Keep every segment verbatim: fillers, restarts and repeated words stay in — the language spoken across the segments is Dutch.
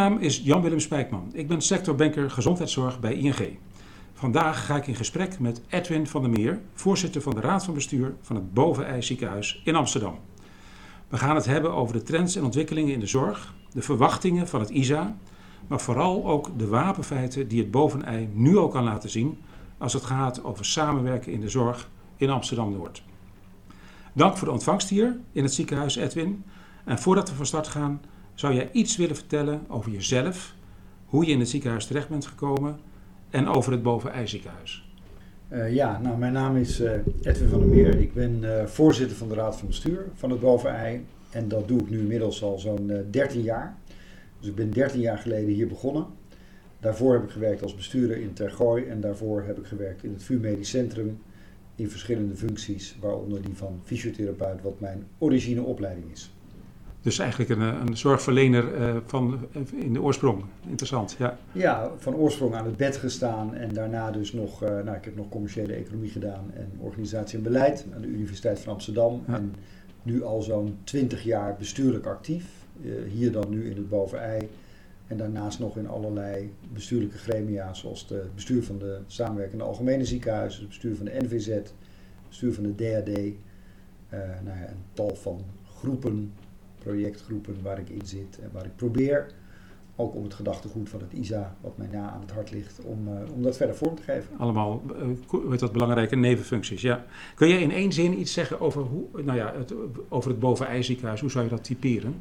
naam is Jan-Willem Spijkman. Ik ben sectorbanker gezondheidszorg bij I N G. Vandaag ga ik in gesprek met Edwin van der Meer, voorzitter van de Raad van Bestuur van het Boven-Ei ziekenhuis in Amsterdam. We gaan het hebben over de trends en ontwikkelingen in de zorg, de verwachtingen van het I S A, maar vooral ook de wapenfeiten die het Boven-Ei nu al kan laten zien als het gaat over samenwerken in de zorg in Amsterdam-Noord. Dank voor de ontvangst hier in het ziekenhuis, Edwin. En voordat we van start gaan, zou jij iets willen vertellen over jezelf, hoe je in het ziekenhuis terecht bent gekomen en over het Boven-Ei ziekenhuis? Uh, ja, nou mijn naam is uh, Edwin van der Meer. Ik ben uh, voorzitter van de Raad van Bestuur van het Boven-Ei. En dat doe ik nu inmiddels al zo'n uh, dertien jaar. Dus ik ben dertien jaar geleden hier begonnen. Daarvoor heb ik gewerkt als bestuurder in Tergooi en daarvoor heb ik gewerkt in het V U Medisch Centrum in verschillende functies, waaronder die van fysiotherapeut, wat mijn origineopleiding is. Dus eigenlijk een, een zorgverlener uh, van, uh, in de oorsprong. Interessant, ja. Ja, van oorsprong aan het bed gestaan en daarna dus nog, uh, nou ik heb nog commerciële economie gedaan en organisatie en beleid aan de Universiteit van Amsterdam. Ja. En nu al zo'n twintig jaar bestuurlijk actief, uh, hier dan nu in het Boven-Ei. En daarnaast nog in allerlei bestuurlijke gremia, zoals het bestuur van de samenwerkende algemene ziekenhuizen, het bestuur van de N V Z, het bestuur van de D A D. Uh, nou ja, een tal van groepen, projectgroepen waar ik in zit en waar ik probeer, ook om het gedachtegoed van het I S A, wat mij na aan het hart ligt, om, uh, om dat verder vorm te geven. Allemaal uh, weet dat belangrijke nevenfuncties, ja. Kun je in één zin iets zeggen over, hoe, nou ja, het, over het Boven-Ei ziekenhuis? Hoe zou je dat typeren?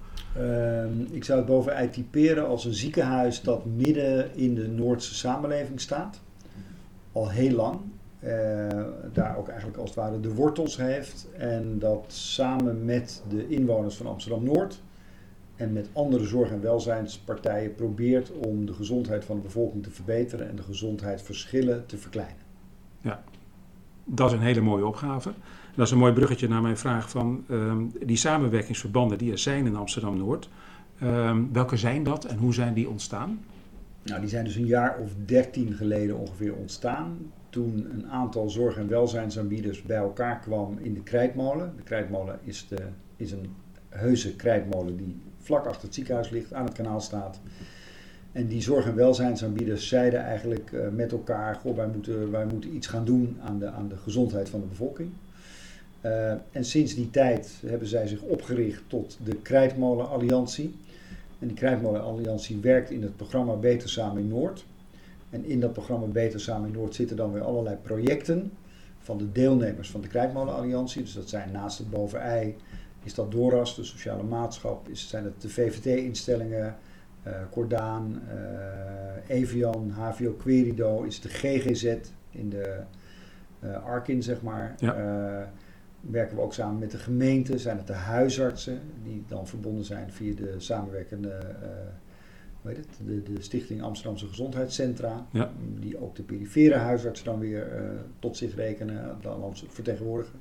Uh, ik zou het Boven-Ei typeren als een ziekenhuis dat midden in de Noordse samenleving staat. Al heel lang. Uh, daar ook eigenlijk als het ware de wortels heeft. En dat samen met de inwoners van Amsterdam-Noord en met andere zorg- en welzijnspartijen probeert om de gezondheid van de bevolking te verbeteren en de gezondheidsverschillen te verkleinen. Ja, dat is een hele mooie opgave. Dat is een mooi bruggetje naar mijn vraag van um, die samenwerkingsverbanden die er zijn in Amsterdam-Noord. Um, welke zijn dat en hoe zijn die ontstaan? Nou, die zijn dus een jaar of dertien geleden ongeveer ontstaan. Toen een aantal zorg- en welzijnsaanbieders bij elkaar kwam in de Krijtmolen. De Krijtmolen is, de, is een heuse krijtmolen die vlak achter het ziekenhuis ligt, aan het kanaal staat. En die zorg- en welzijnsaanbieders zeiden eigenlijk uh, met elkaar, goh, wij moeten, wij moeten iets gaan doen aan de, aan de gezondheid van de bevolking. Uh, en sinds die tijd hebben zij zich opgericht tot de Krijtmolen Alliantie. En die Krijtmolen Alliantie werkt in het programma Beter Samen in Noord. En in dat programma Beter Samen in Noord zitten dan weer allerlei projecten van de deelnemers van de Krijtmolen Alliantie. Dus dat zijn naast het Boven-Ei, is dat DORAS, de sociale maatschap, is, zijn het de V V T-instellingen, uh, Cordaan, uh, Evian, H V O Querido, is de G G Z in de uh, Arkin, zeg maar. Ja. Uh, werken we ook samen met de gemeente, zijn het de huisartsen die dan verbonden zijn via de samenwerkende uh, hoe heet het, de, de Stichting Amsterdamse Gezondheidscentra, ja. Die ook de perifere huisartsen dan weer uh, tot zich rekenen, dan vertegenwoordigen.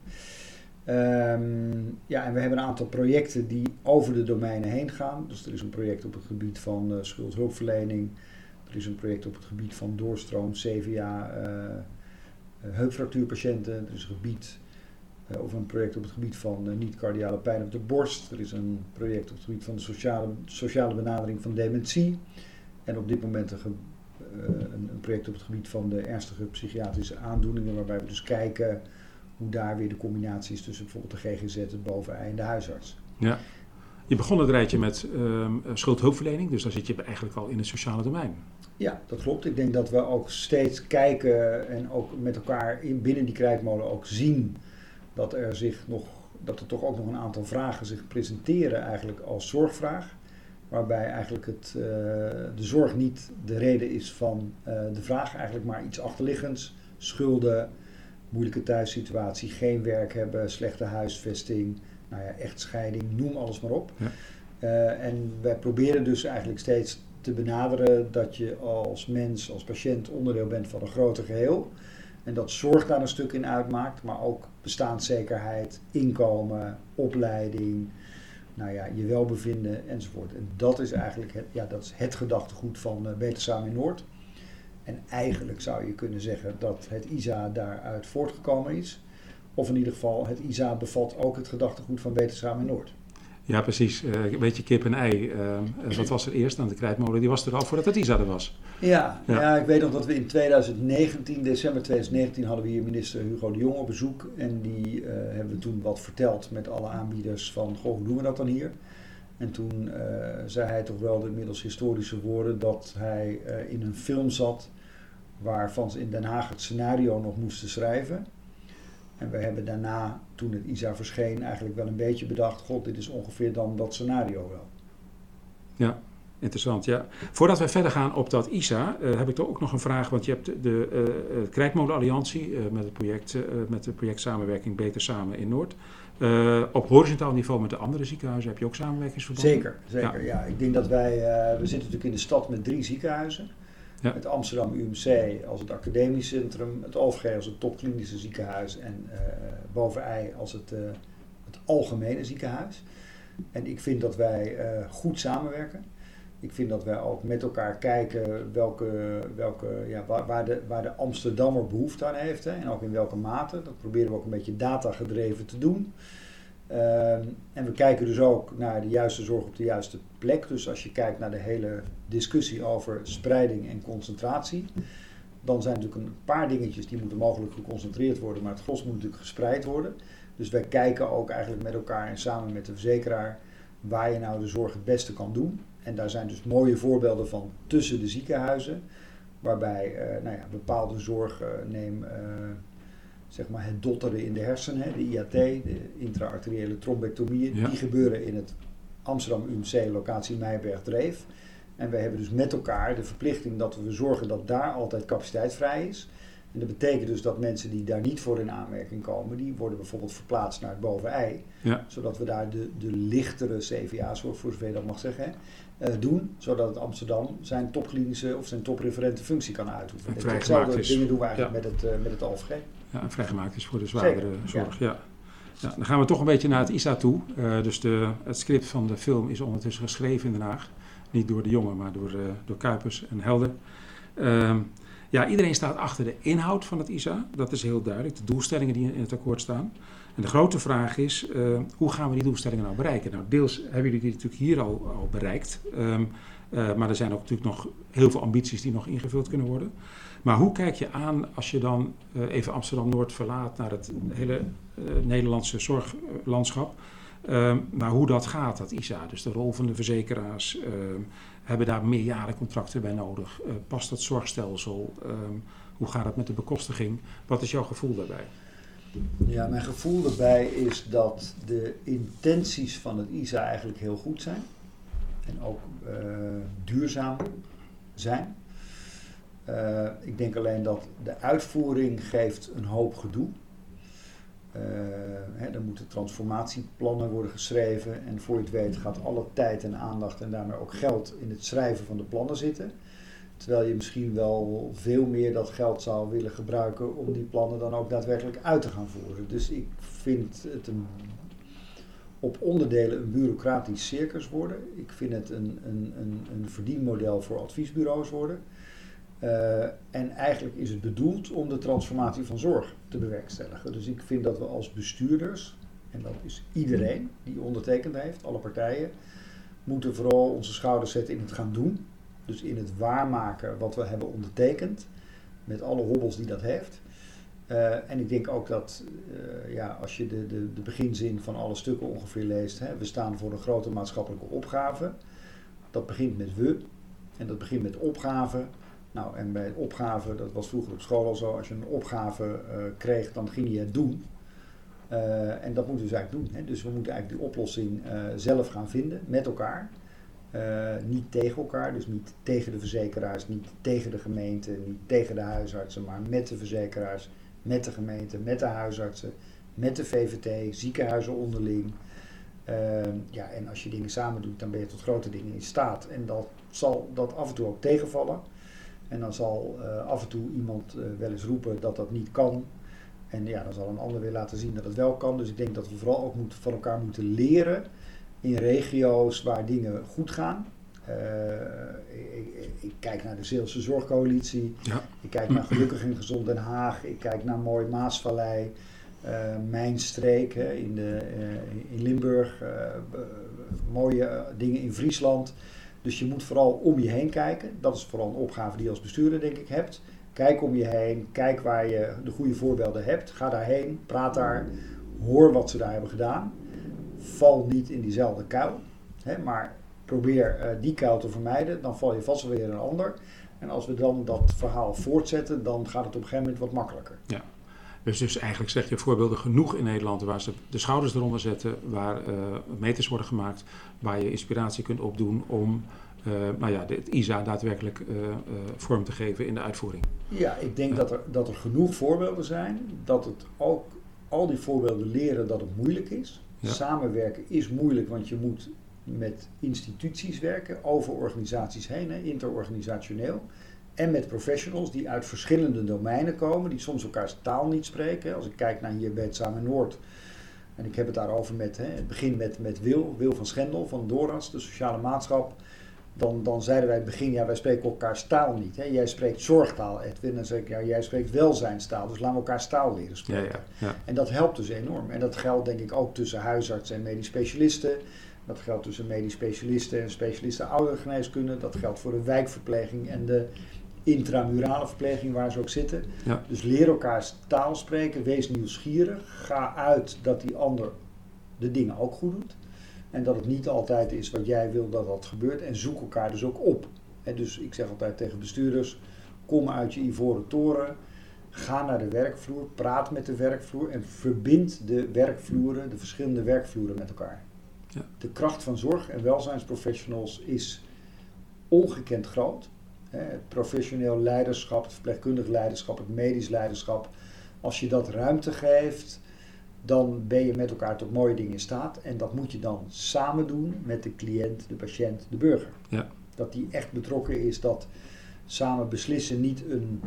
Um, ja, en we hebben een aantal projecten die over de domeinen heen gaan. Dus er is een project op het gebied van uh, schuldhulpverlening, er is een project op het gebied van doorstroom C V A uh, uh, heupfractuurpatiënten, er is een gebied Uh, of een project op het gebied van uh, niet-cardiale pijn op de borst. Er is een project op het gebied van de sociale, sociale benadering van dementie. En op dit moment een, ge, uh, een, een project op het gebied van de ernstige psychiatrische aandoeningen, waarbij we dus kijken hoe daar weer de combinatie is tussen bijvoorbeeld de G G Z, het Boven-Ei en de huisarts. Ja. Je begon het rijtje met uh, schuldhulpverlening, dus dan zit je eigenlijk al in het sociale domein. Ja, dat klopt. Ik denk dat we ook steeds kijken en ook met elkaar in, binnen die krijtmolen ook zien dat er zich nog, dat er toch ook nog een aantal vragen zich presenteren eigenlijk als zorgvraag. Waarbij eigenlijk het, uh, de zorg niet de reden is van uh, de vraag, eigenlijk maar iets achterliggends. Schulden, moeilijke thuissituatie, geen werk hebben, slechte huisvesting, nou ja, echtscheiding, noem alles maar op. Ja. Uh, en wij proberen dus eigenlijk steeds te benaderen dat je als mens, als patiënt onderdeel bent van een groter geheel. En dat zorg daar een stuk in uitmaakt, maar ook bestaanszekerheid, inkomen, opleiding, nou ja, je welbevinden enzovoort. En dat is eigenlijk het, ja, dat is het gedachtegoed van uh, Beter Samen in Noord. En eigenlijk zou je kunnen zeggen dat het I S A daaruit voortgekomen is. Of in ieder geval, het I S A bevat ook het gedachtegoed van Beter Samen in Noord. Ja, precies. Uh, een beetje kip en ei. Uh, wat was er eerst? Dan de krijtmolen, die was er al voordat het I S A er was. Ja, ja. ja, ik weet nog dat we in twintig negentien, december twintig negentien, hadden we hier minister Hugo de Jonge op bezoek. En die uh, hebben we toen wat verteld met alle aanbieders van, goh, hoe doen we dat dan hier? En toen uh, zei hij toch wel de inmiddels historische woorden dat hij uh, in een film zat waarvan ze in Den Haag het scenario nog moesten schrijven. En we hebben daarna, toen het I S A verscheen, eigenlijk wel een beetje bedacht, god, dit is ongeveer dan dat scenario wel. Ja, interessant. Ja. Voordat wij verder gaan op dat I S A, uh, heb ik toch ook nog een vraag, want je hebt de, de uh, Krijtmolen-alliantie uh, met, het project, uh, met de projectsamenwerking Beter Samen in Noord. Uh, op horizontaal niveau met de andere ziekenhuizen heb je ook samenwerkingsverbanden? Zeker, zeker. Ja. ja. Ik denk dat wij, uh, we zitten natuurlijk in de stad met drie ziekenhuizen. Ja. Het Amsterdam U M C als het academisch centrum, het O V G als het topklinische ziekenhuis en uh, Boven-Ei als het, uh, het algemene ziekenhuis. En ik vind dat wij uh, goed samenwerken. Ik vind dat wij ook met elkaar kijken welke, welke, ja, waar, waar, de, waar de Amsterdammer behoefte aan heeft, hè, en ook in welke mate. Dat proberen we ook een beetje datagedreven te doen. Uh, en we kijken dus ook naar de juiste zorg op de juiste plek. Dus als je kijkt naar de hele discussie over spreiding en concentratie, dan zijn er natuurlijk een paar dingetjes die moeten mogelijk geconcentreerd worden, maar het gros moet natuurlijk gespreid worden. Dus wij kijken ook eigenlijk met elkaar en samen met de verzekeraar waar je nou de zorg het beste kan doen. En daar zijn dus mooie voorbeelden van tussen de ziekenhuizen, waarbij uh, nou ja, bepaalde zorg, uh, neem uh, zeg maar het dotteren in de hersenen, hè, de I A T, de intra-arteriële trombectomieën, ja. Die gebeuren in het Amsterdam U M C, locatie Meijerberg-Dreef. En wij hebben dus met elkaar de verplichting dat we zorgen dat daar altijd capaciteit vrij is. En dat betekent dus dat mensen die daar niet voor in aanmerking komen, die worden bijvoorbeeld verplaatst naar het Boven-Ei. Ja. Zodat we daar de, de lichtere C V A's, voor zover je dat mag zeggen, uh, doen. Zodat het Amsterdam zijn topklinische of zijn topreferente functie kan uitoefenen. Hetzelfde dingen doen we eigenlijk ja. met het, uh, met het O V G. Ja, en vrijgemaakt is voor de zwaardere zorg. Ja. Ja. Ja, dan gaan we toch een beetje naar het I S A toe. Uh, dus de, het script van de film is ondertussen geschreven in Den Haag. Niet door de jongen, maar door, uh, door Kuipers en Helder. Uh, ja, iedereen staat achter de inhoud van het I S A. Dat is heel duidelijk. De doelstellingen die in het akkoord staan. En de grote vraag is, uh, hoe gaan we die doelstellingen nou bereiken? Nou, deels hebben jullie die natuurlijk hier al, al bereikt. Um, uh, maar er zijn ook natuurlijk nog heel veel ambities die nog ingevuld kunnen worden. Maar hoe kijk je aan als je dan uh, even Amsterdam-Noord verlaat naar het hele uh, Nederlandse zorglandschap? Uh, maar hoe dat gaat, dat I S A, dus de rol van de verzekeraars, uh, hebben daar meerjarencontracten bij nodig? Uh, past dat zorgstelsel? Uh, hoe gaat het met de bekostiging? Wat is jouw gevoel daarbij? Ja, mijn gevoel daarbij is dat de intenties van het I S A eigenlijk heel goed zijn. En ook uh, duurzaam zijn. Uh, ik denk alleen dat de uitvoering geeft een hoop gedoe. Uh, hè, er moeten transformatieplannen worden geschreven en voor je het weet gaat alle tijd en aandacht en daarmee ook geld in het schrijven van de plannen zitten. Terwijl je misschien wel veel meer dat geld zou willen gebruiken om die plannen dan ook daadwerkelijk uit te gaan voeren. Dus ik vind het een, op onderdelen een bureaucratisch circus worden. Ik vind het een, een, een, een verdienmodel voor adviesbureaus worden. Uh, en eigenlijk is het bedoeld om de transformatie van zorg te bewerkstelligen. Dus ik vind dat we als bestuurders, en dat is iedereen die ondertekend heeft, alle partijen, moeten vooral onze schouders zetten in het gaan doen. Dus in het waarmaken wat we hebben ondertekend, met alle hobbels die dat heeft. Uh, en ik denk ook dat, uh, ja, als je de, de, de beginzin van alle stukken ongeveer leest, hè, we staan voor een grote maatschappelijke opgave. Dat begint met we en dat begint met opgave. Nou, en bij opgave, dat was vroeger op school al zo, als je een opgave uh, kreeg, dan ging je het doen. Uh, en dat moeten we dus eigenlijk doen. Hè. Dus we moeten eigenlijk die oplossing uh, zelf gaan vinden, met elkaar. Uh, niet tegen elkaar, dus niet tegen de verzekeraars, niet tegen de gemeente, niet tegen de huisartsen, maar met de verzekeraars, met de gemeente, met de huisartsen, met de V V T, ziekenhuizen onderling. Uh, ja, en als je dingen samen doet, dan ben je tot grote dingen in staat. En dat zal dat af en toe ook tegenvallen. En dan zal uh, af en toe iemand uh, wel eens roepen dat dat niet kan. En ja, dan zal een ander weer laten zien dat het wel kan. Dus ik denk dat we vooral ook moet, van elkaar moeten leren in regio's waar dingen goed gaan. Uh, ik, ik, ik kijk naar de Zeelse Zorgcoalitie. Ja. Ik kijk naar Gelukkig en Gezond Den Haag. Ik kijk naar Mooi Maasvallei. Uh, mijn streek hè, in, de, uh, in Limburg. Uh, mooie uh, dingen in Friesland. Dus je moet vooral om je heen kijken. Dat is vooral een opgave die je als bestuurder denk ik hebt. Kijk om je heen, kijk waar je de goede voorbeelden hebt. Ga daarheen, praat daar, hoor wat ze daar hebben gedaan. Val niet in diezelfde kuil, hè, maar probeer uh, die kuil te vermijden. Dan val je vast wel weer in een ander. En als we dan dat verhaal voortzetten, dan gaat het op een gegeven moment wat makkelijker. Ja. Dus, dus eigenlijk zeg je voorbeelden genoeg in Nederland waar ze de schouders eronder zetten, waar uh, meters worden gemaakt, waar je inspiratie kunt opdoen om uh, nou ja, het I S A daadwerkelijk uh, uh, vorm te geven in de uitvoering. Ja, ik denk ja. dat, er, dat er genoeg voorbeelden zijn, dat het ook al die voorbeelden leren dat het moeilijk is. Ja. Samenwerken is moeilijk, want je moet met instituties werken, over organisaties heen, hè, interorganisationeel. En met professionals die uit verschillende domeinen komen, die soms elkaars taal niet spreken. Als ik kijk naar hier bij het Samen Noord, en ik heb het daarover met, hè, het begin met, met Wil, Wil van Schendel van DORAS, de sociale maatschap. Dan, dan zeiden wij in het begin, ja, wij spreken elkaars taal niet. Hè. Jij spreekt zorgtaal, Edwin, en dan zeg ik, ja, jij spreekt welzijnstaal, dus laten we elkaars taal leren spreken. Ja, ja, ja. En dat helpt dus enorm. En dat geldt denk ik ook tussen huisartsen en medisch specialisten. Dat geldt tussen medisch specialisten en specialisten oudergeneeskunde. Dat geldt voor de wijkverpleging en de intramurale verpleging waar ze ook zitten. Ja. Dus leer elkaars taal spreken, wees nieuwsgierig. Ga uit dat die ander de dingen ook goed doet. En dat het niet altijd is wat jij wil dat dat gebeurt. En zoek elkaar dus ook op. En dus ik zeg altijd tegen bestuurders, kom uit je ivoren toren. Ga naar de werkvloer, praat met de werkvloer en verbind de werkvloeren, de verschillende werkvloeren met elkaar. Ja. De kracht van zorg- en welzijnsprofessionals is ongekend groot. Het professioneel leiderschap, het verpleegkundig leiderschap, het medisch leiderschap. Als je dat ruimte geeft, dan ben je met elkaar tot mooie dingen in staat. En dat moet je dan samen doen met de cliënt, de patiënt, de burger. Ja. Dat die echt betrokken is, dat samen beslissen niet een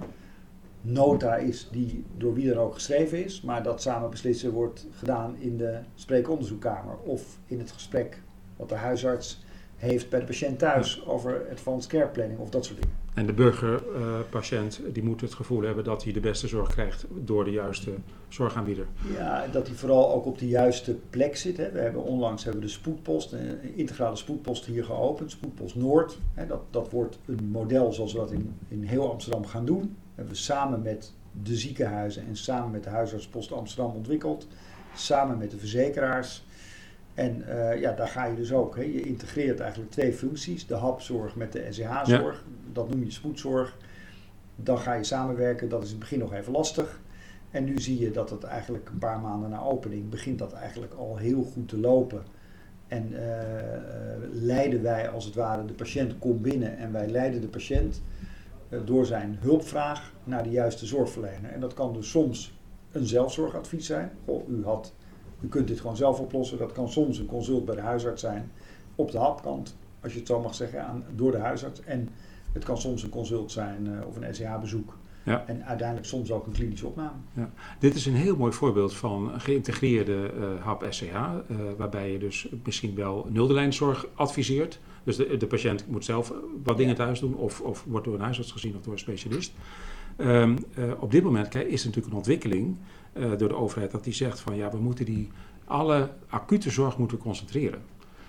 nota is die door wie dan ook geschreven is, maar dat samen beslissen wordt gedaan in de spreekonderzoekkamer of in het gesprek wat de huisarts heeft bij de patiënt thuis ja. over advanced care planning of dat soort dingen. En de burger-patiënt uh, die moet het gevoel hebben dat hij de beste zorg krijgt door de juiste zorgaanbieder. Ja, dat hij vooral ook op de juiste plek zit. Hè. We hebben onlangs hebben we de spoedpost, een integrale spoedpost hier geopend, Spoedpost Noord. Hè. Dat, dat wordt een model zoals we dat in, in heel Amsterdam gaan doen. Dat hebben we samen met de ziekenhuizen en samen met de huisartspost Amsterdam ontwikkeld. Samen met de verzekeraars. En uh, ja, daar ga je dus ook. Hè. Je integreert eigenlijk twee functies. De hapzorg met de S C H-zorg. Ja. Dat noem je spoedzorg. Dan ga je samenwerken. Dat is in het begin nog even lastig. En nu zie je dat het eigenlijk een paar maanden na opening begint dat eigenlijk al heel goed te lopen. En uh, leiden wij als het ware, de patiënt komt binnen en wij leiden de patiënt uh, door zijn hulpvraag naar de juiste zorgverlener. En dat kan dus soms een zelfzorgadvies zijn. Goh, u had... U kunt dit gewoon zelf oplossen. Dat kan soms een consult bij de huisarts zijn op de hapkant, als je het zo mag zeggen, aan, door de huisarts. En het kan soms een consult zijn uh, of een S C H-bezoek. Ja. En uiteindelijk soms ook een klinische opname. Ja. Dit is een heel mooi voorbeeld van een geïntegreerde uh, hap-S C H, uh, waarbij je dus misschien wel nulderlijnzorg adviseert. Dus de, de patiënt moet zelf wat dingen thuis doen of, of wordt door een huisarts gezien of door een specialist. Um, uh, op dit moment kijk, is er natuurlijk een ontwikkeling uh, door de overheid dat die zegt van ja, we moeten die alle acute zorg moeten concentreren.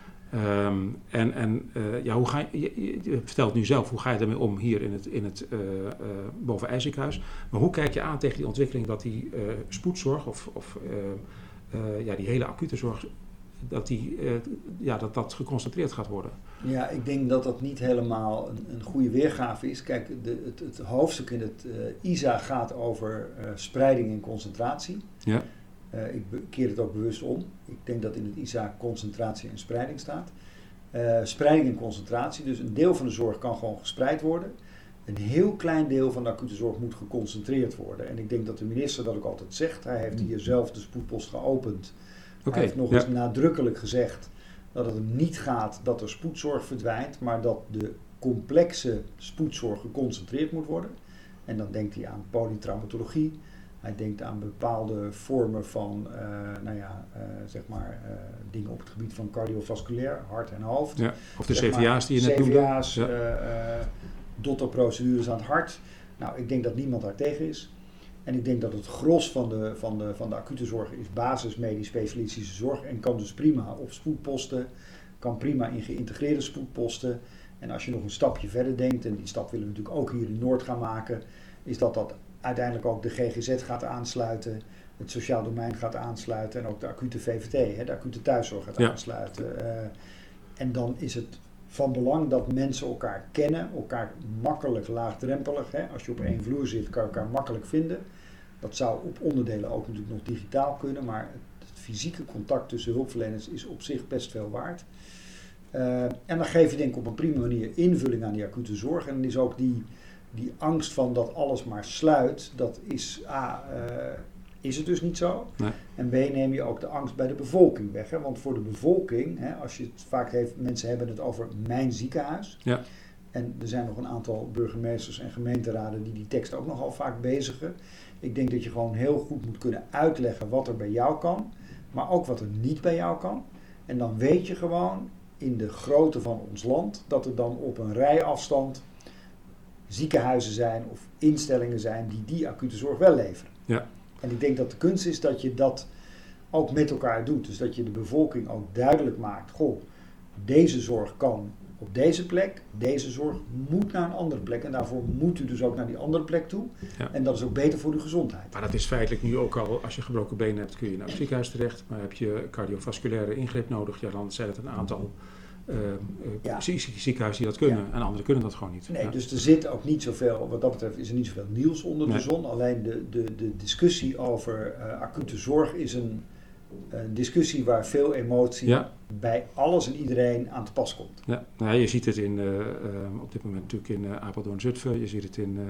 Um, en en uh, ja, hoe ga je, je, je vertelt nu zelf, hoe ga je daarmee om hier in het, in het uh, uh, Boven-IJziekenhuis. Maar hoe kijk je aan tegen die ontwikkeling dat die uh, spoedzorg of, of uh, uh, ja, die hele acute zorg, dat, die, uh, ja, dat dat geconcentreerd gaat worden? Ja, ik denk dat dat niet helemaal een, een goede weergave is. Kijk, de, het, het hoofdstuk in het uh, I S A gaat over uh, spreiding en concentratie. Ja. Uh, ik be- keer het ook bewust om. Ik denk dat in het I S A concentratie en spreiding staat. Uh, spreiding en concentratie, dus een deel van de zorg kan gewoon gespreid worden. Een heel klein deel van de acute zorg moet geconcentreerd worden. En ik denk dat de minister dat ook altijd zegt. Hij heeft hier zelf de spoedpost geopend. Okay, Hij heeft nog ja. eens nadrukkelijk gezegd dat het hem niet gaat dat er spoedzorg verdwijnt, maar dat de complexe spoedzorg geconcentreerd moet worden. En dan denkt hij aan polytraumatologie. Hij denkt aan bepaalde vormen van uh, nou ja, uh, zeg maar, uh, dingen op het gebied van cardiovasculair, hart en hoofd. Ja, of de zeg C V A's die je net noemde. C V A's, ja. uh, uh, dotterprocedures aan het hart. Nou, ik denk dat niemand daar tegen is. En ik denk dat het gros van de, van de, van de acute zorg is basismedisch specialistische zorg en kan dus prima op spoedposten kan prima in geïntegreerde spoedposten. En als je nog een stapje verder denkt, en die stap willen we natuurlijk ook hier in Noord gaan maken, is dat dat uiteindelijk ook de G G Z gaat aansluiten, het sociaal domein gaat aansluiten en ook de acute V V T, hè, de acute thuiszorg gaat ja. aansluiten. Uh, en dan is het van belang dat mensen elkaar kennen, elkaar makkelijk, laagdrempelig. Hè. Als je op één vloer zit, kan je elkaar makkelijk vinden. Dat zou op onderdelen ook natuurlijk nog digitaal kunnen, maar het, het fysieke contact tussen hulpverleners is op zich best veel waard. Uh, en dan geef je denk ik op een prima manier invulling aan die acute zorg. En dan is ook die, die angst van dat alles maar sluit, dat is A, uh, is het dus niet zo. Nee. En B, neem je ook de angst bij de bevolking weg. Hè? Want voor de bevolking, hè, als je het vaak heeft, mensen hebben het over mijn ziekenhuis. Ja. En er zijn nog een aantal burgemeesters en gemeenteraden die die tekst ook nogal vaak bezigen. Ik denk dat je gewoon heel goed moet kunnen uitleggen wat er bij jou kan, maar ook wat er niet bij jou kan. En dan weet je gewoon in de grootte van ons land dat er dan op een rijafstand ziekenhuizen zijn of instellingen zijn die die acute zorg wel leveren. Ja. En ik denk dat de kunst is dat je dat ook met elkaar doet. Dus dat je de bevolking ook duidelijk maakt, goh, deze zorg kan op deze plek, deze zorg moet naar een andere plek. En daarvoor moet u dus ook naar die andere plek toe. Ja. En dat is ook beter voor de gezondheid. Maar dat is feitelijk nu ook al, als je gebroken benen hebt, kun je naar het ziekenhuis terecht. Maar heb je cardiovasculaire ingreep nodig, ja, dan zijn het een aantal uh, uh, ja. ziekenhuizen die dat kunnen. Ja. En anderen kunnen dat gewoon niet. Nee, ja. dus er zit ook niet zoveel, wat dat betreft is er niet zoveel nieuws onder nee. de zon. Alleen de, de, de discussie over uh, acute zorg is een, een discussie waar veel emotie ja. bij alles en iedereen aan te pas komt. Ja, nou, je ziet het in, uh, uh, op dit moment natuurlijk in uh, Apeldoorn-Zutphen, je ziet het in, uh,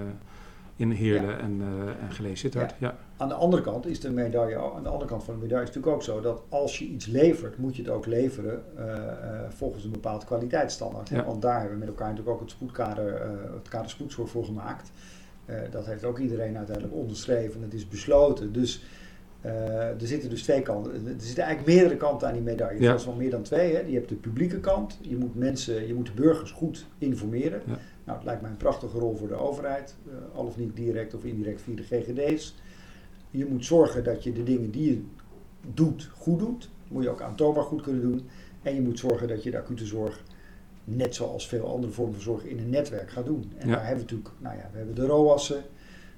in Heerlen ja. en, uh, en Geleen-Sittard. Ja. Ja. Aan de andere kant is de medaille, aan de andere kant van de medaille is natuurlijk ook zo dat als je iets levert, moet je het ook leveren uh, uh, volgens een bepaald kwaliteitsstandaard. Ja. Want daar hebben we met elkaar natuurlijk ook het spoedkader, uh, het kader spoedzorg voor gemaakt. Uh, dat heeft ook iedereen uiteindelijk onderschreven. Het is besloten. Dus Uh, er zitten dus twee kanten. Er zitten eigenlijk meerdere kanten aan die medaille. Ja. Dat is wel meer dan twee. Hè. Je hebt de publieke kant. Je moet mensen, je moet de burgers goed informeren. Ja. Nou, het lijkt mij een prachtige rol voor de overheid. Uh, al of niet direct of indirect via de G G D's. Je moet zorgen dat je de dingen die je doet, goed doet. Dat moet je ook aantoonbaar goed kunnen doen. En je moet zorgen dat je de acute zorg, net zoals veel andere vormen van zorg, in een netwerk gaat doen. En ja. daar hebben we natuurlijk, nou ja, we hebben de R O A S'en.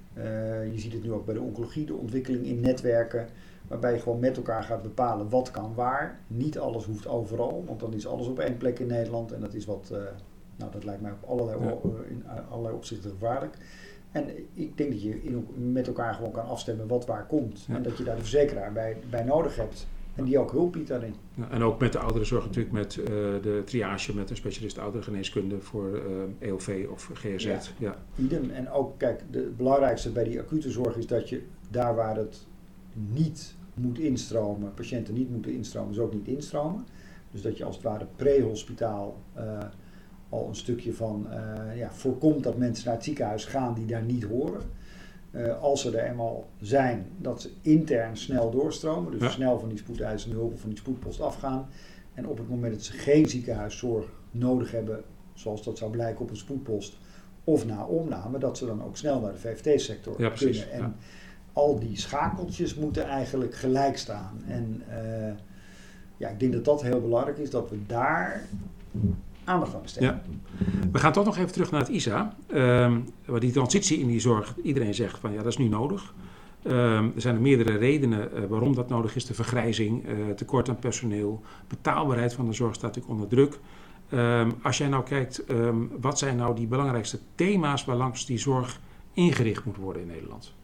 Uh, je ziet het nu ook bij de oncologie, de ontwikkeling in netwerken, waarbij je gewoon met elkaar gaat bepalen wat kan waar. Niet alles hoeft overal, want dan is alles op één plek in Nederland en dat is wat, uh, nou dat lijkt mij op allerlei, ja. uh, in allerlei opzichten gevaarlijk. En ik denk dat je in, met elkaar gewoon kan afstemmen wat waar komt ja. en dat je daar de verzekeraar bij, bij nodig hebt. En die ook hulp biedt daarin. Ja, en ook met de ouderenzorg natuurlijk met uh, de triage met een specialist ouderengeneeskunde voor uh, E L V of G S Z. Ja, ja. Idem. En ook, kijk, de, het belangrijkste bij die acute zorg is dat je daar waar het niet moet instromen, patiënten niet moeten instromen, dus ook niet instromen. Dus dat je als het ware pre-hospitaal uh, al een stukje van uh, ja, voorkomt dat mensen naar het ziekenhuis gaan die daar niet horen. Uh, als ze er eenmaal zijn, dat ze intern snel doorstromen. Dus ja. snel van die spoedeisende hulp of van die spoedpost afgaan. En op het moment dat ze geen ziekenhuiszorg nodig hebben, zoals dat zou blijken op een spoedpost, of na opname, dat ze dan ook snel naar de V V T-sector ja, kunnen. En ja. al die schakeltjes moeten eigenlijk gelijk staan. En uh, ja, ik denk dat dat heel belangrijk is, dat we daar aandacht aan besteden. Ja. We gaan toch nog even terug naar het I S A. Um, waar die transitie in die zorg, iedereen zegt van ja, dat is nu nodig. Um, er zijn er meerdere redenen uh, waarom dat nodig is. De vergrijzing, uh, tekort aan personeel, betaalbaarheid van de zorg staat natuurlijk onder druk. Um, als jij nou kijkt, um, wat zijn nou die belangrijkste thema's waarlangs die zorg ingericht moet worden in Nederland?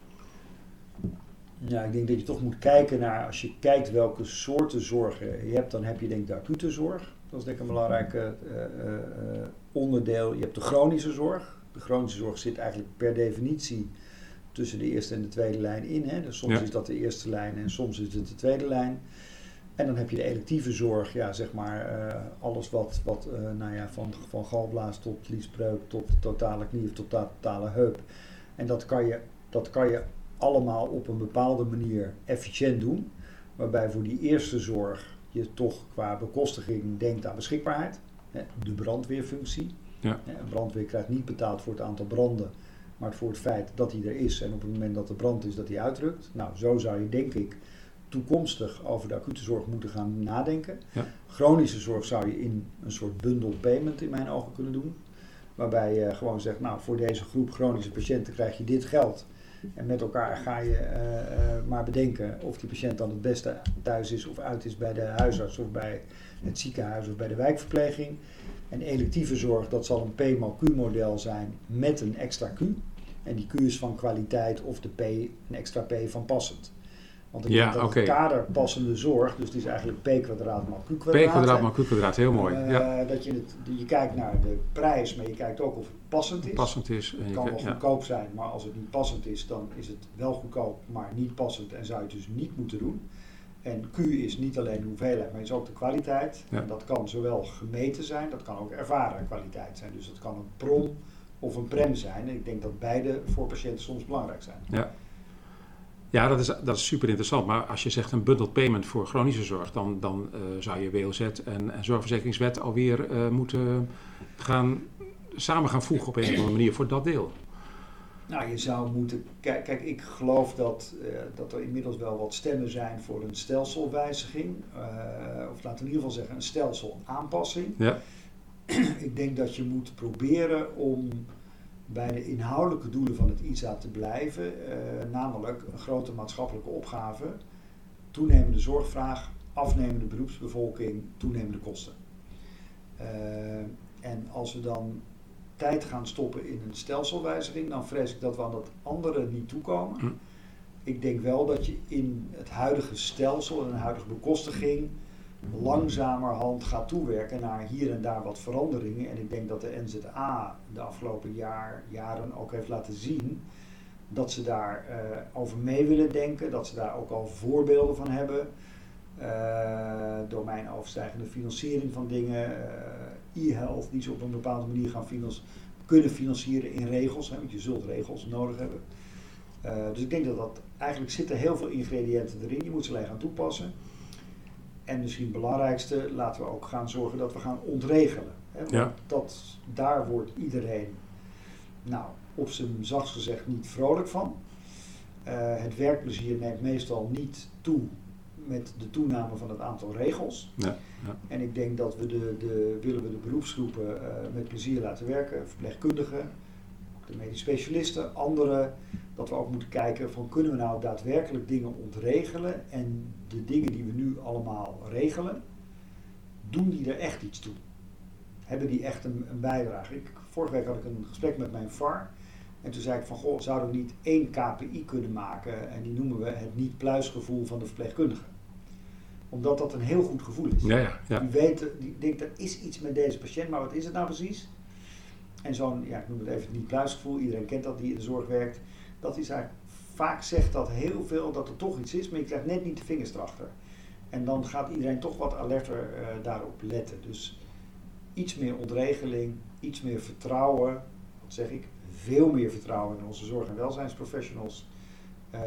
Ja, ik denk dat je toch moet kijken naar, als je kijkt welke soorten zorgen je hebt, dan heb je denk ik de acute zorg. Dat is denk ik een belangrijk uh, uh, onderdeel. Je hebt de chronische zorg. De chronische zorg zit eigenlijk per definitie tussen de eerste en de tweede lijn in. Hè. Dus soms ja. is dat de eerste lijn en soms is het de tweede lijn. En dan heb je de electieve zorg, ja, zeg maar uh, alles wat, wat uh, nou ja, van, van galblaas tot liesbreuk tot totale knie of tot totale heup. En dat kan je, dat kan je allemaal op een bepaalde manier efficiënt doen. Waarbij voor die eerste zorg je toch qua bekostiging denkt aan beschikbaarheid. De brandweerfunctie. Ja. Een brandweer krijgt niet betaald voor het aantal branden, maar voor het feit dat hij er is en op het moment dat er brand is dat hij uitrukt. Nou, zo zou je denk ik toekomstig over de acute zorg moeten gaan nadenken. Ja. Chronische zorg zou je in een soort bundle payment in mijn ogen kunnen doen. Waarbij je gewoon zegt, nou voor deze groep chronische patiënten krijg je dit geld. En met elkaar ga je uh, uh, maar bedenken of die patiënt dan het beste thuis is of uit is bij de huisarts of bij het ziekenhuis of bij de wijkverpleging. En electieve zorg, dat zal een P mal Q model zijn met een extra Q. En die Q is van kwaliteit of de P, een extra P van passend. Want ik Ja, denk dat oké. het kader passende zorg, dus het is eigenlijk P kwadraat mal Q kwadraat. P kwadraat maal Q kwadraat, heel mooi. Uh, Ja. Dat je, het, je kijkt naar de prijs, maar je kijkt ook of het passend is. Passend is. En Het je kan wel krijgt- ja. goedkoop zijn, maar als het niet passend is, dan is het wel goedkoop, maar niet passend en zou je het dus niet moeten doen. En Q is niet alleen de hoeveelheid, maar is ook de kwaliteit. Ja. En dat kan zowel gemeten zijn, dat kan ook ervaren kwaliteit zijn. Dus dat kan een prom of een prem zijn. En ik denk dat beide voor patiënten soms belangrijk zijn. Ja, ja dat, is, dat is super interessant. Maar als je zegt een bundled payment voor chronische zorg, dan, dan uh, zou je W O Z en, en zorgverzekeringswet alweer uh, moeten gaan, samen gaan voegen op een of andere manier voor dat deel. Nou, je zou moeten... Kijk, kijk ik geloof dat, uh, dat er inmiddels wel wat stemmen zijn voor een stelselwijziging. Uh, of laten we in ieder geval zeggen een stelselaanpassing. Ja. Ik denk dat je moet proberen om bij de inhoudelijke doelen van het I S A te blijven. Uh, namelijk een grote maatschappelijke opgave. Toenemende zorgvraag, afnemende beroepsbevolking, toenemende kosten. Uh, en als we dan tijd gaan stoppen in een stelselwijziging, dan vrees ik dat we aan dat andere niet toekomen. Hm. Ik denk wel dat je in het huidige stelsel en de huidige bekostiging langzamerhand gaat toewerken naar hier en daar wat veranderingen. En ik denk dat de N Z A de afgelopen jaar, jaren ook heeft laten zien dat ze daar uh, over mee willen denken, dat ze daar ook al voorbeelden van hebben. Uh, domeinoverstijgende financiering van dingen, uh, e-health die ze op een bepaalde manier gaan finance, kunnen financieren in regels, hè, want je zult regels nodig hebben. Uh, dus ik denk dat dat eigenlijk zitten heel veel ingrediënten erin, je moet ze alleen gaan toepassen. En misschien het belangrijkste, laten we ook gaan zorgen dat we gaan ontregelen. Hè, want ja. dat, daar wordt iedereen, nou, op zijn zachtst gezegd niet vrolijk van. Uh, het werkplezier neemt meestal niet toe met de toename van het aantal regels. Ja, ja. En ik denk dat we de, de willen we de beroepsgroepen uh, met plezier laten werken, verpleegkundigen, de medisch specialisten, anderen, dat we ook moeten kijken van kunnen we nou daadwerkelijk dingen ontregelen en de dingen die we nu allemaal regelen, doen die er echt iets toe? Hebben die echt een, een bijdrage? Ik, vorige week had ik een gesprek met mijn V A R en toen zei ik van goh, zouden we niet één K P I kunnen maken en die noemen we het niet-pluisgevoel van de verpleegkundige. Omdat dat een heel goed gevoel is. Ja, ja, ja. Die weet, die denkt er is iets met deze patiënt, maar wat is het nou precies? En zo'n, ja, ik noem het even het niet-pluisgevoel, iedereen kent dat die in de zorg werkt. Dat is eigenlijk, vaak zegt dat heel veel dat er toch iets is, maar je krijgt net niet de vingers erachter. En dan gaat iedereen toch wat alerter uh, daarop letten. Dus iets meer ontregeling, iets meer vertrouwen, wat zeg ik, veel meer vertrouwen in onze zorg- en welzijnsprofessionals. Uh,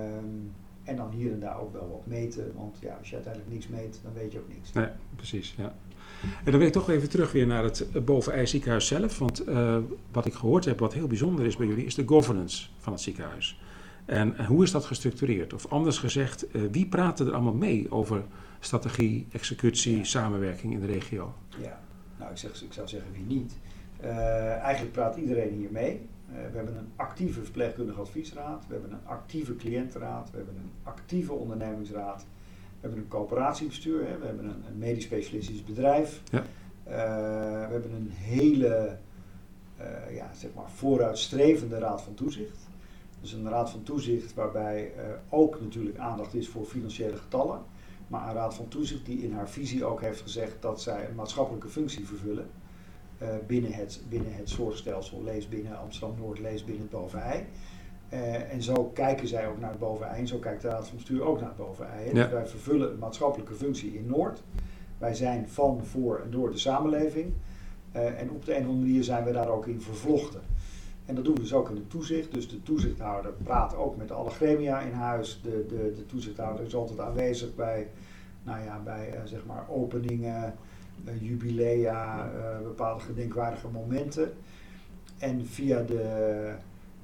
en dan hier en daar ook wel wat meten, want ja, als je uiteindelijk niks meet, dan weet je ook niks. Nee, precies, ja. En dan wil ik toch even terug weer naar het Boven-Ei ziekenhuis zelf. Want uh, wat ik gehoord heb, wat heel bijzonder is bij jullie, is de governance van het ziekenhuis. En uh, hoe is dat gestructureerd? Of anders gezegd, uh, wie praat er allemaal mee over strategie, executie, ja. samenwerking in de regio? Ja, nou ik, zeg, ik zou zeggen wie niet. Uh, eigenlijk praat iedereen hier mee. Uh, we hebben een actieve verpleegkundige adviesraad, we hebben een actieve cliëntenraad, we hebben een actieve ondernemingsraad. We hebben een coöperatiebestuur, hè. We hebben een, een medisch specialistisch bedrijf. Ja. Uh, we hebben een hele uh, ja, zeg maar vooruitstrevende raad van toezicht. Dus een raad van toezicht waarbij uh, ook natuurlijk aandacht is voor financiële getallen. Maar een raad van toezicht die in haar visie ook heeft gezegd dat zij een maatschappelijke functie vervullen. Uh, binnen, het, binnen het zorgstelsel, lees binnen Amsterdam-Noord, lees binnen het Boven-Ei. Uh, en zo kijken zij ook naar het Boven-Ei en zo kijkt de Raad van Bestuur ook naar het Boven-Ei. Ja. Dus wij vervullen een maatschappelijke functie in Noord. Wij zijn van, voor en door de samenleving. Uh, en op de een of andere manier zijn we daar ook in vervlochten. En dat doen we dus ook in het toezicht. Dus de toezichthouder praat ook met alle gremia in huis. De, de, de toezichthouder is altijd aanwezig bij, nou ja, bij uh, zeg maar openingen, uh, jubilea, uh, bepaalde gedenkwaardige momenten. En via de...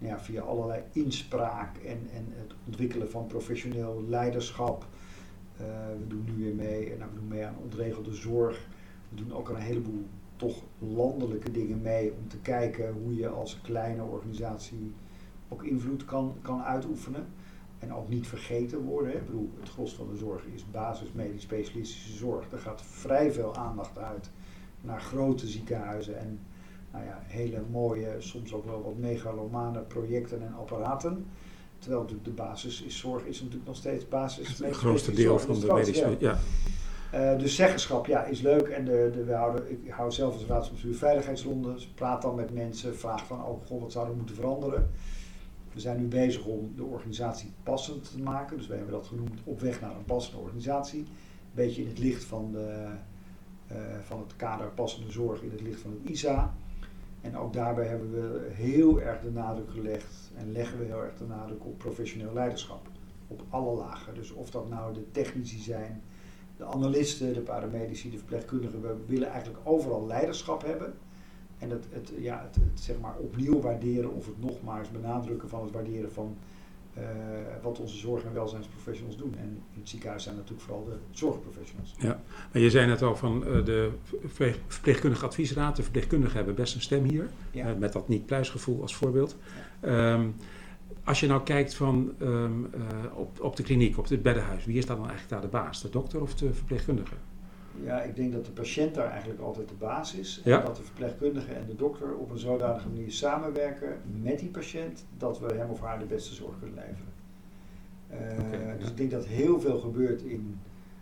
ja, via allerlei inspraak en, en het ontwikkelen van professioneel leiderschap. Uh, we doen nu weer mee, nou, we doen mee aan ontregelde zorg. We doen ook een heleboel toch landelijke dingen mee om te kijken hoe je als kleine organisatie ook invloed kan, kan uitoefenen. En ook niet vergeten worden. Hè. Ik bedoel, het gros van de zorg is basismedisch specialistische zorg. Er gaat vrij veel aandacht uit naar grote ziekenhuizen en nou ja, hele mooie, soms ook wel wat megalomane projecten en apparaten. Terwijl natuurlijk de basis is zorg is natuurlijk nog steeds basis. Het grootste deel van de medische. Ja. Uh, dus zeggenschap, ja, is leuk. En de, de, we houden, ik hou zelf als raadsbestuur veiligheidsrondes. Praat dan met mensen. Vraag van, oh god, wat zou er moeten veranderen? We zijn nu bezig om de organisatie passend te maken. Dus wij hebben dat genoemd op weg naar een passende organisatie. Een beetje in het licht van, de, uh, van het kader passende zorg, in het licht van het I S A. En ook daarbij hebben we heel erg de nadruk gelegd en leggen we heel erg de nadruk op professioneel leiderschap. Op alle lagen. Dus of dat nou de technici zijn, de analisten, de paramedici, de verpleegkundigen. We willen eigenlijk overal leiderschap hebben. En het, het, ja, het, het zeg maar opnieuw waarderen of het nogmaals benadrukken van het waarderen van uh, wat onze zorg- en welzijnsprofessionals doen. En in het ziekenhuis zijn natuurlijk vooral de zorgprofessionals. Ja, maar je zei net al van uh, de verpleegkundige adviesraad, de verpleegkundigen hebben best een stem hier. Ja. Uh, met dat niet-pluisgevoel als voorbeeld. Ja. Um, als je nou kijkt van, um, uh, op, op de kliniek, op het beddenhuis, wie is dan eigenlijk daar de baas? De dokter of de verpleegkundige? Ja, ik denk dat de patiënt daar eigenlijk altijd de baas is. Ja. En dat de verpleegkundige en de dokter op een zodanige manier samenwerken met die patiënt, dat we hem of haar de beste zorg kunnen leveren. Uh, okay, dus ja. Ik denk dat heel veel gebeurt in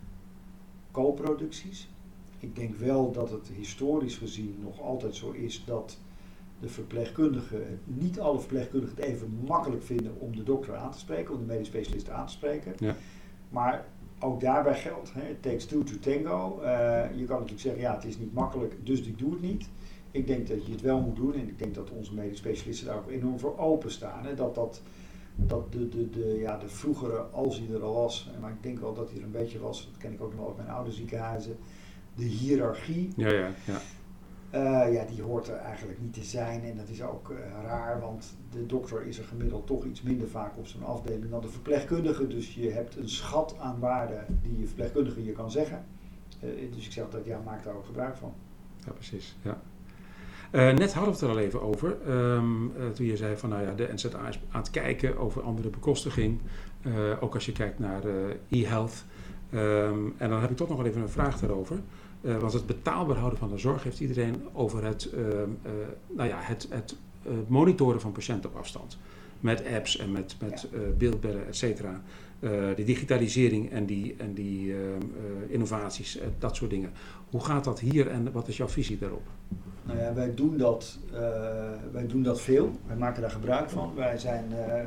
co-producties. Ik denk wel dat het historisch gezien nog altijd zo is dat de verpleegkundigen, niet alle verpleegkundigen het even makkelijk vinden om de dokter aan te spreken, om de medisch specialist aan te spreken. Ja. Maar ook daarbij geldt, hè, it takes two to tango. Uh, je kan natuurlijk zeggen, ja, het is niet makkelijk, dus ik doe het niet. Ik denk dat je het wel moet doen en ik denk dat onze medisch specialisten daar ook enorm voor openstaan. Hè, dat dat, dat de, de, de, ja, de vroegere, als hij er al was, maar ik denk wel dat hij er een beetje was, dat ken ik ook nog wel uit mijn oude ziekenhuizen, de hiërarchie. Ja, ja, ja. Uh, ja, die hoort er eigenlijk niet te zijn en dat is ook uh, raar, want de dokter is er gemiddeld toch iets minder vaak op zo'n afdeling dan de verpleegkundige. Dus je hebt een schat aan waarde die je verpleegkundige je kan zeggen. Uh, dus ik zeg dat ja, maak daar ook gebruik van. Ja, precies. Ja. Uh, net hadden we het er al even over, um, uh, toen je zei van nou ja, de N Z A is aan het kijken over andere bekostiging. Uh, ook als je kijkt naar uh, e-health. Um, en dan heb ik toch nog wel even een vraag daarover. Uh, want het betaalbaar houden van de zorg heeft iedereen over het, uh, uh, nou ja, het, het uh, monitoren van patiënten op afstand. Met apps en met, met ja. uh, beeldbellen, et cetera. Uh, de digitalisering en die, en die uh, uh, innovaties, uh, dat soort dingen. Hoe gaat dat hier en wat is jouw visie daarop? Nou ja, wij doen dat, uh, wij doen dat veel. Wij maken daar gebruik van. Wij zijn uh, uh,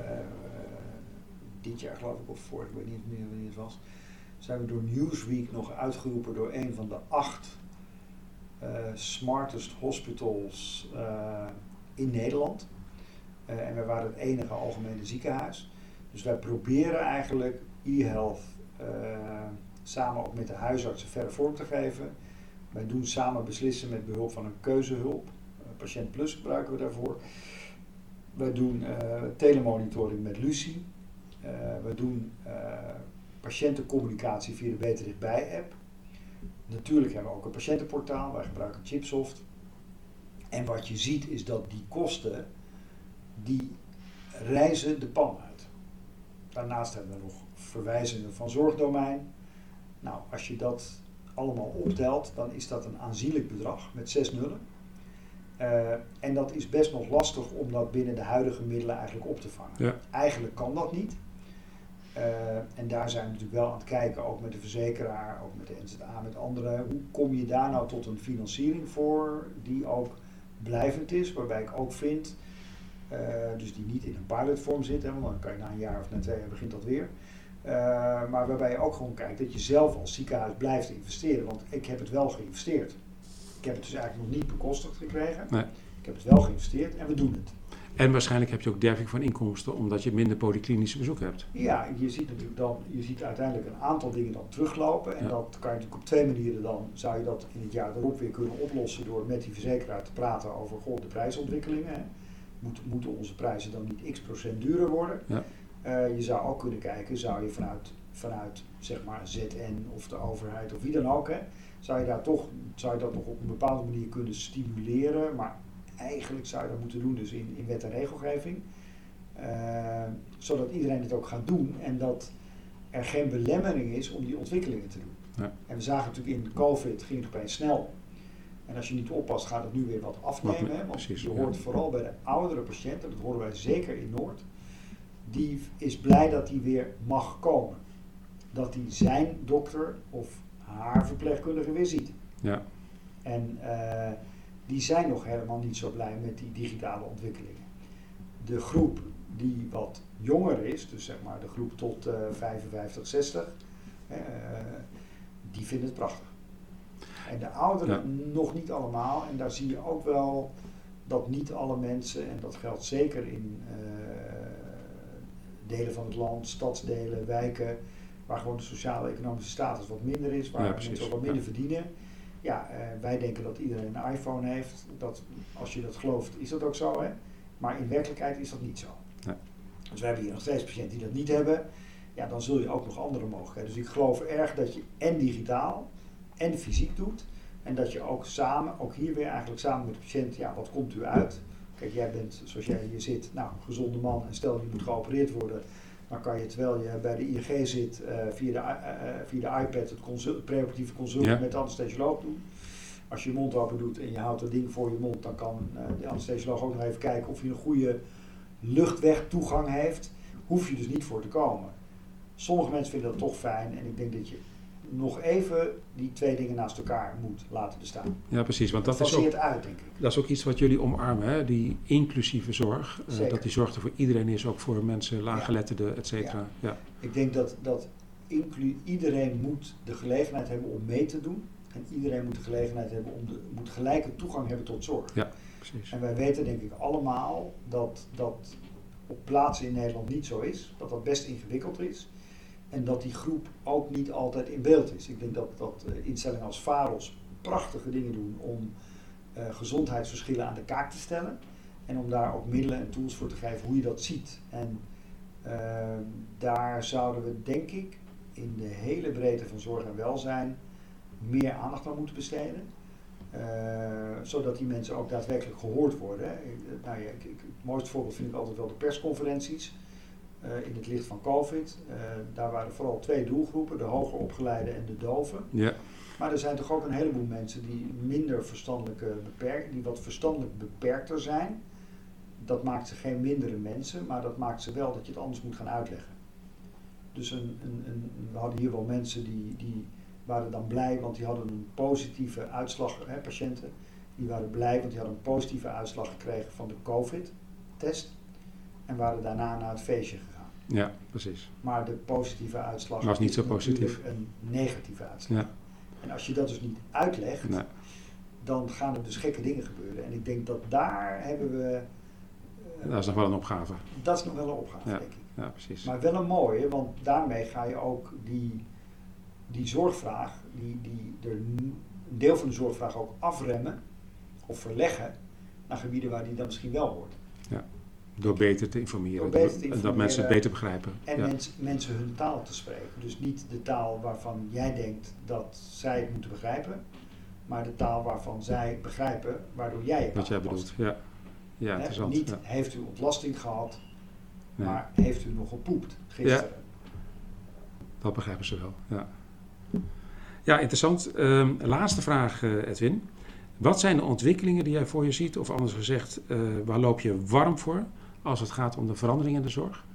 dit jaar geloof ik, of vorig, ik weet niet meer wanneer het was, zijn we door Newsweek nog uitgeroepen door een van de acht uh, smartest hospitals uh, in Nederland. Uh, en wij waren het enige algemene ziekenhuis. Dus wij proberen eigenlijk e-health uh, samen ook met de huisartsen verder vorm te geven. Wij doen samen beslissen met behulp van een keuzehulp. Uh, Patiënt Plus gebruiken we daarvoor. Wij doen uh, telemonitoring met Lucie. Uh, wij doen uh, patiëntencommunicatie via de Beter Dichtbij app. Natuurlijk hebben we ook een patiëntenportaal. Wij gebruiken Chipsoft. En wat je ziet is dat die kosten, die reizen de pan uit. Daarnaast hebben we nog verwijzingen van zorgdomein. Nou, als je dat allemaal optelt, dan is dat een aanzienlijk bedrag met zes nullen. Uh, en dat is best nog lastig om dat binnen de huidige middelen eigenlijk op te vangen. Ja. Eigenlijk kan dat niet. Uh, en daar zijn we natuurlijk wel aan het kijken, ook met de verzekeraar, ook met de N Z A, met anderen. Hoe kom je daar nou tot een financiering voor die ook blijvend is, waarbij ik ook vind, uh, dus die niet in een pilotvorm zit, hè, want dan kan je na een jaar of na twee jaar begint dat weer. Uh, maar waarbij je ook gewoon kijkt dat je zelf als ziekenhuis blijft investeren. Want ik heb het wel geïnvesteerd. Ik heb het dus eigenlijk nog niet bekostigd gekregen. Nee. Ik heb het wel geïnvesteerd en we doen het. En waarschijnlijk heb je ook derging van inkomsten omdat je minder polyklinische bezoek hebt. Ja, je ziet natuurlijk dan, je ziet uiteindelijk een aantal dingen dan teruglopen. En ja. dat kan je natuurlijk op twee manieren dan, zou je dat in het jaar erop weer kunnen oplossen door met die verzekeraar te praten over goh, de prijsontwikkelingen. Hè. moet, moeten onze prijzen dan niet x procent duurder worden? Ja. Uh, je zou ook kunnen kijken, zou je vanuit, vanuit zeg maar Z N of de overheid of wie dan ook, hè, zou je daar toch, zou je dat nog op een bepaalde manier kunnen stimuleren, maar eigenlijk zou je dat moeten doen dus in, in wet en regelgeving, uh, zodat iedereen het ook gaat doen en dat er geen belemmering is om die ontwikkelingen te doen. Ja. En we zagen natuurlijk in COVID, ging het opeens snel. En als je niet oppast, gaat het nu weer wat afnemen. Wat, hè, want precies, je ja. hoort vooral bij de oudere patiënten, dat horen wij zeker in Noord, die is blij dat die weer mag komen. Dat die zijn dokter of haar verpleegkundige weer ziet. Ja. En uh, die zijn nog helemaal niet zo blij met die digitale ontwikkelingen. De groep die wat jonger is, dus zeg maar de groep tot uh, vijfenvijftig, zestig, uh, die vinden het prachtig. En de ouderen ja. nog niet allemaal. En daar zie je ook wel dat niet alle mensen, en dat geldt zeker in uh, delen van het land, stadsdelen, wijken, waar gewoon de sociaal-economische status wat minder is, waar ja, mensen ook wat minder ja. verdienen. Ja, uh, wij denken dat iedereen een iPhone heeft. Dat, als je dat gelooft, is dat ook zo, hè? Maar in werkelijkheid is dat niet zo. Ja. Dus we hebben hier nog steeds patiënten die dat niet hebben. Ja, dan zul je ook nog andere mogelijkheden. Dus ik geloof erg dat je en digitaal en fysiek doet. En dat je ook samen, ook hier weer eigenlijk samen met de patiënt, ja, wat komt u uit? Kijk, jij bent, zoals jij hier zit, nou, een gezonde man en stel je moet geopereerd worden, dan kan je terwijl je bij de I N G zit, uh, via, de, uh, via de iPad het, consult, het preoperatieve consult ja. met de anesthesioloog doen. Als je je mond open doet en je houdt dat ding voor je mond, dan kan uh, de anesthesioloog ook nog even kijken of je een goede luchtwegtoegang heeft. Hoef je dus niet voor te komen. Sommige mensen vinden dat toch fijn en ik denk dat je nog even die twee dingen naast elkaar moet laten bestaan. Ja, precies. Want dat, dat is ook, uit, denk ik. Dat is ook iets wat jullie omarmen, hè? Die inclusieve zorg. Uh, dat die zorg er voor iedereen is, ook voor mensen, laaggeletterden, ja. et cetera. Ja. Ja. Ik denk dat, dat inclu- iedereen moet de gelegenheid hebben om mee te doen. En iedereen moet de gelegenheid hebben om de, moet gelijke toegang hebben tot zorg. Ja, precies. En wij weten denk ik allemaal dat dat op plaatsen in Nederland niet zo is. Dat dat best ingewikkeld is. En dat die groep ook niet altijd in beeld is. Ik denk dat, dat uh, instellingen als VAROS prachtige dingen doen om uh, gezondheidsverschillen aan de kaak te stellen. En om daar ook middelen en tools voor te geven hoe je dat ziet. En uh, daar zouden we denk ik in de hele breedte van zorg en welzijn meer aandacht aan moeten besteden. Uh, zodat die mensen ook daadwerkelijk gehoord worden. Hè. Nou ja, ik, ik, het mooiste voorbeeld vind ik altijd wel de persconferenties. Uh, in het licht van COVID. Uh, daar waren vooral twee doelgroepen, de hoger opgeleiden en de doven. Ja. Maar er zijn toch ook een heleboel mensen die minder verstandelijke beperk, die wat verstandelijk beperkter zijn. Dat maakt ze geen mindere mensen, maar dat maakt ze wel dat je het anders moet gaan uitleggen. Dus een, een, een, we hadden hier wel mensen die, die waren dan blij, want die hadden een positieve uitslag, hè, patiënten. Die waren blij, want die hadden een positieve uitslag gekregen van de COVID-test. En waren daarna naar het feestje gegaan. Ja, precies. Maar de positieve uitslag was niet zo positief. Een negatieve uitslag. Ja. En als je dat dus niet uitlegt, nee. dan gaan er dus gekke dingen gebeuren. En ik denk dat daar hebben we... Uh, dat is nog wel een opgave. Dat is nog wel een opgave, ja. denk ik. Ja, precies. Maar wel een mooie, want daarmee ga je ook die, die zorgvraag, die, die er een deel van de zorgvraag ook afremmen of verleggen naar gebieden waar die dan misschien wel hoort. Ja. Door beter te informeren. Door beter te informeren. Dat mensen het beter begrijpen. En ja. mens, mensen hun taal te spreken. Dus niet de taal waarvan jij denkt dat zij het moeten begrijpen. Maar de taal waarvan zij begrijpen waardoor jij het Wat jij bedoelt, ja. Ja, He, interessant. Niet ja. heeft u ontlasting gehad, nee. maar heeft u nog gepoept gisteren. Ja. Dat begrijpen ze wel, ja. Ja, interessant. Um, laatste vraag, uh, Edwin. Wat zijn de ontwikkelingen die jij voor je ziet? Of anders gezegd, uh, waar loop je warm voor als het gaat om de verandering in de zorg?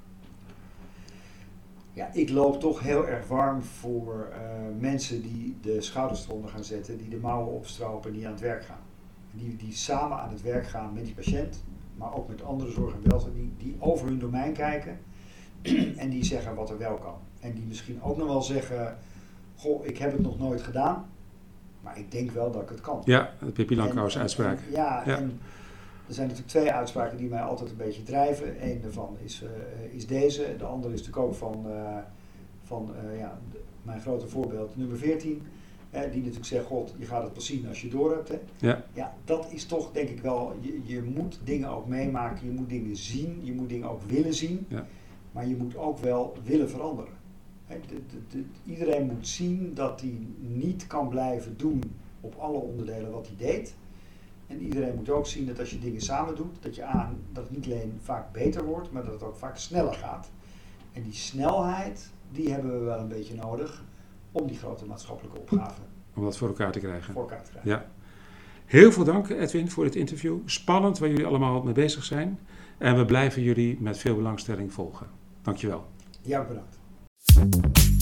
Ja, ik loop toch heel erg warm voor uh, mensen die de schouders eronder gaan zetten, die de mouwen opstropen en die aan het werk gaan. Die, die samen aan het werk gaan met die patiënt, maar ook met andere zorg en welzijn, die, die over hun domein kijken en die zeggen wat er wel kan. En die misschien ook nog wel zeggen, goh, ik heb het nog nooit gedaan, maar ik denk wel dat ik het kan. Ja, de Pippi Langkous uitspraak. En, ja, ja, en er zijn natuurlijk twee uitspraken die mij altijd een beetje drijven. Eén daarvan is, uh, is deze, de andere is natuurlijk ook van, uh, van uh, ja, de, mijn grote voorbeeld nummer veertien. hè, die natuurlijk zegt, god, je gaat het pas zien als je door hebt. Hè. Ja. Ja, dat is toch denk ik wel, je, je moet dingen ook meemaken, je moet dingen zien, je moet dingen ook willen zien, Ja. maar je moet ook wel willen veranderen. Hè, de, de, de, iedereen moet zien dat hij niet kan blijven doen op alle onderdelen wat hij deed. En iedereen moet ook zien dat als je dingen samen doet, dat je aan dat het niet alleen vaak beter wordt, maar dat het ook vaak sneller gaat. En die snelheid, die hebben we wel een beetje nodig om die grote maatschappelijke opgave Om dat voor elkaar te krijgen. voor elkaar te krijgen. Ja. Heel veel dank Edwin voor dit interview. Spannend waar jullie allemaal mee bezig zijn. En we blijven jullie met veel belangstelling volgen. Dankjewel. Ja, bedankt.